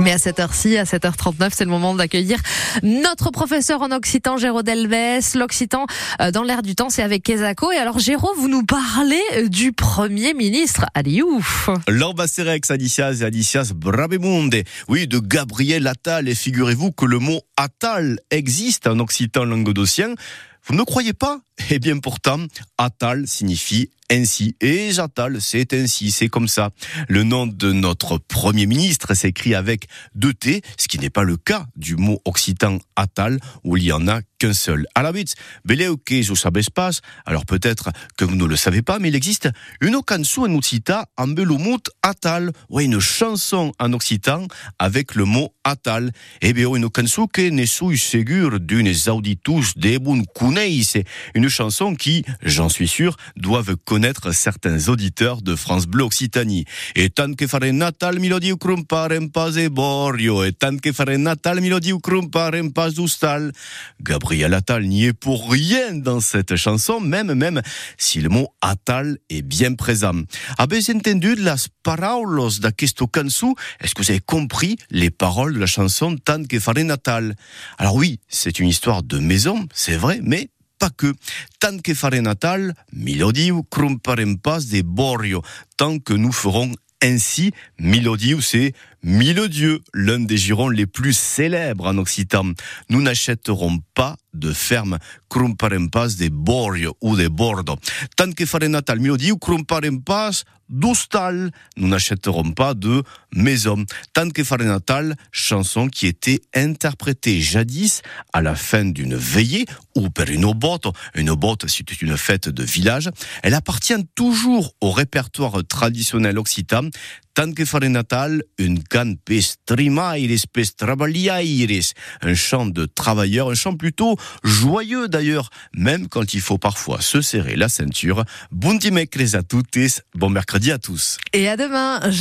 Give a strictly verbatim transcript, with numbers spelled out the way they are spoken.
Mais à cette heure-ci, à sept heures trente-neuf, c'est le moment d'accueillir notre professeur en occitan, Géraud Delbès. L'occitan dans l'air du temps, c'est avec Kesako. Et alors, Géraud, vous nous parlez du Premier ministre. Allez, ouf. L'ambassadrex Adicias et Adicias Brabemunde. Oui, de Gabriel Attal. Et figurez-vous que le mot Attal existe en occitan languedocien. Vous ne me croyez pas? Eh bien pourtant, Attal signifie ainsi. Et Attal, c'est ainsi, c'est comme ça. Le nom de notre Premier ministre s'écrit avec deux T, ce qui n'est pas le cas du mot occitan Attal, où il y en a qu'un seul. À la bête, beleu que je savais pas. Alors peut-être que vous ne le savez pas, mais il existe une cançon en occitan en belumut Attal. Ouais, une chanson en occitan avec le mot Attal. Eh bien, une cançon que ne suis sûr d'une auditus de bon connais. C'est une chanson qui, j'en suis sûr, doivent connaître certains auditeurs de France Bleu Occitanie. Et tant que fare Natal, milodi crumpare pas e borio. Et tant que fare Natal, milodi crumpare pas d'ustal. Gabriel Attal n'y est pour rien dans cette chanson, même, même si le mot Attal est bien présent. Avez-vous entendu las paroles de questo cançon? Est-ce que vous avez compris les paroles de la chanson Tant que fare Natal? Alors oui, c'est une histoire de maison, c'est vrai, mais pas que. Tant que fare Natal, milodiu crumparem pas de borio. Tant que nous ferons ainsi, milodiu, c'est mille dieux, l'un des jurons les plus célèbres en occitan. Nous n'achèterons pas de ferme crumparem pas de borio ou de bordo. Tant que fare Natal, milodiu crumparem pas d'ustal. Nous n'achèterons pas de maison. Tant que fare Natal, chanson qui était interprétée jadis à la fin d'une veillée ou per une botte. Une botte, c'était une fête de village. Elle appartient toujours au répertoire traditionnel occitan. Tant que fare Natal, une can pestrimaires, pestraballiaires, un chant de travailleurs, un chant plutôt joyeux d'ailleurs, même quand il faut parfois se serrer la ceinture. Bon dimecres à toutes, bon mercredi à tous. Et à demain.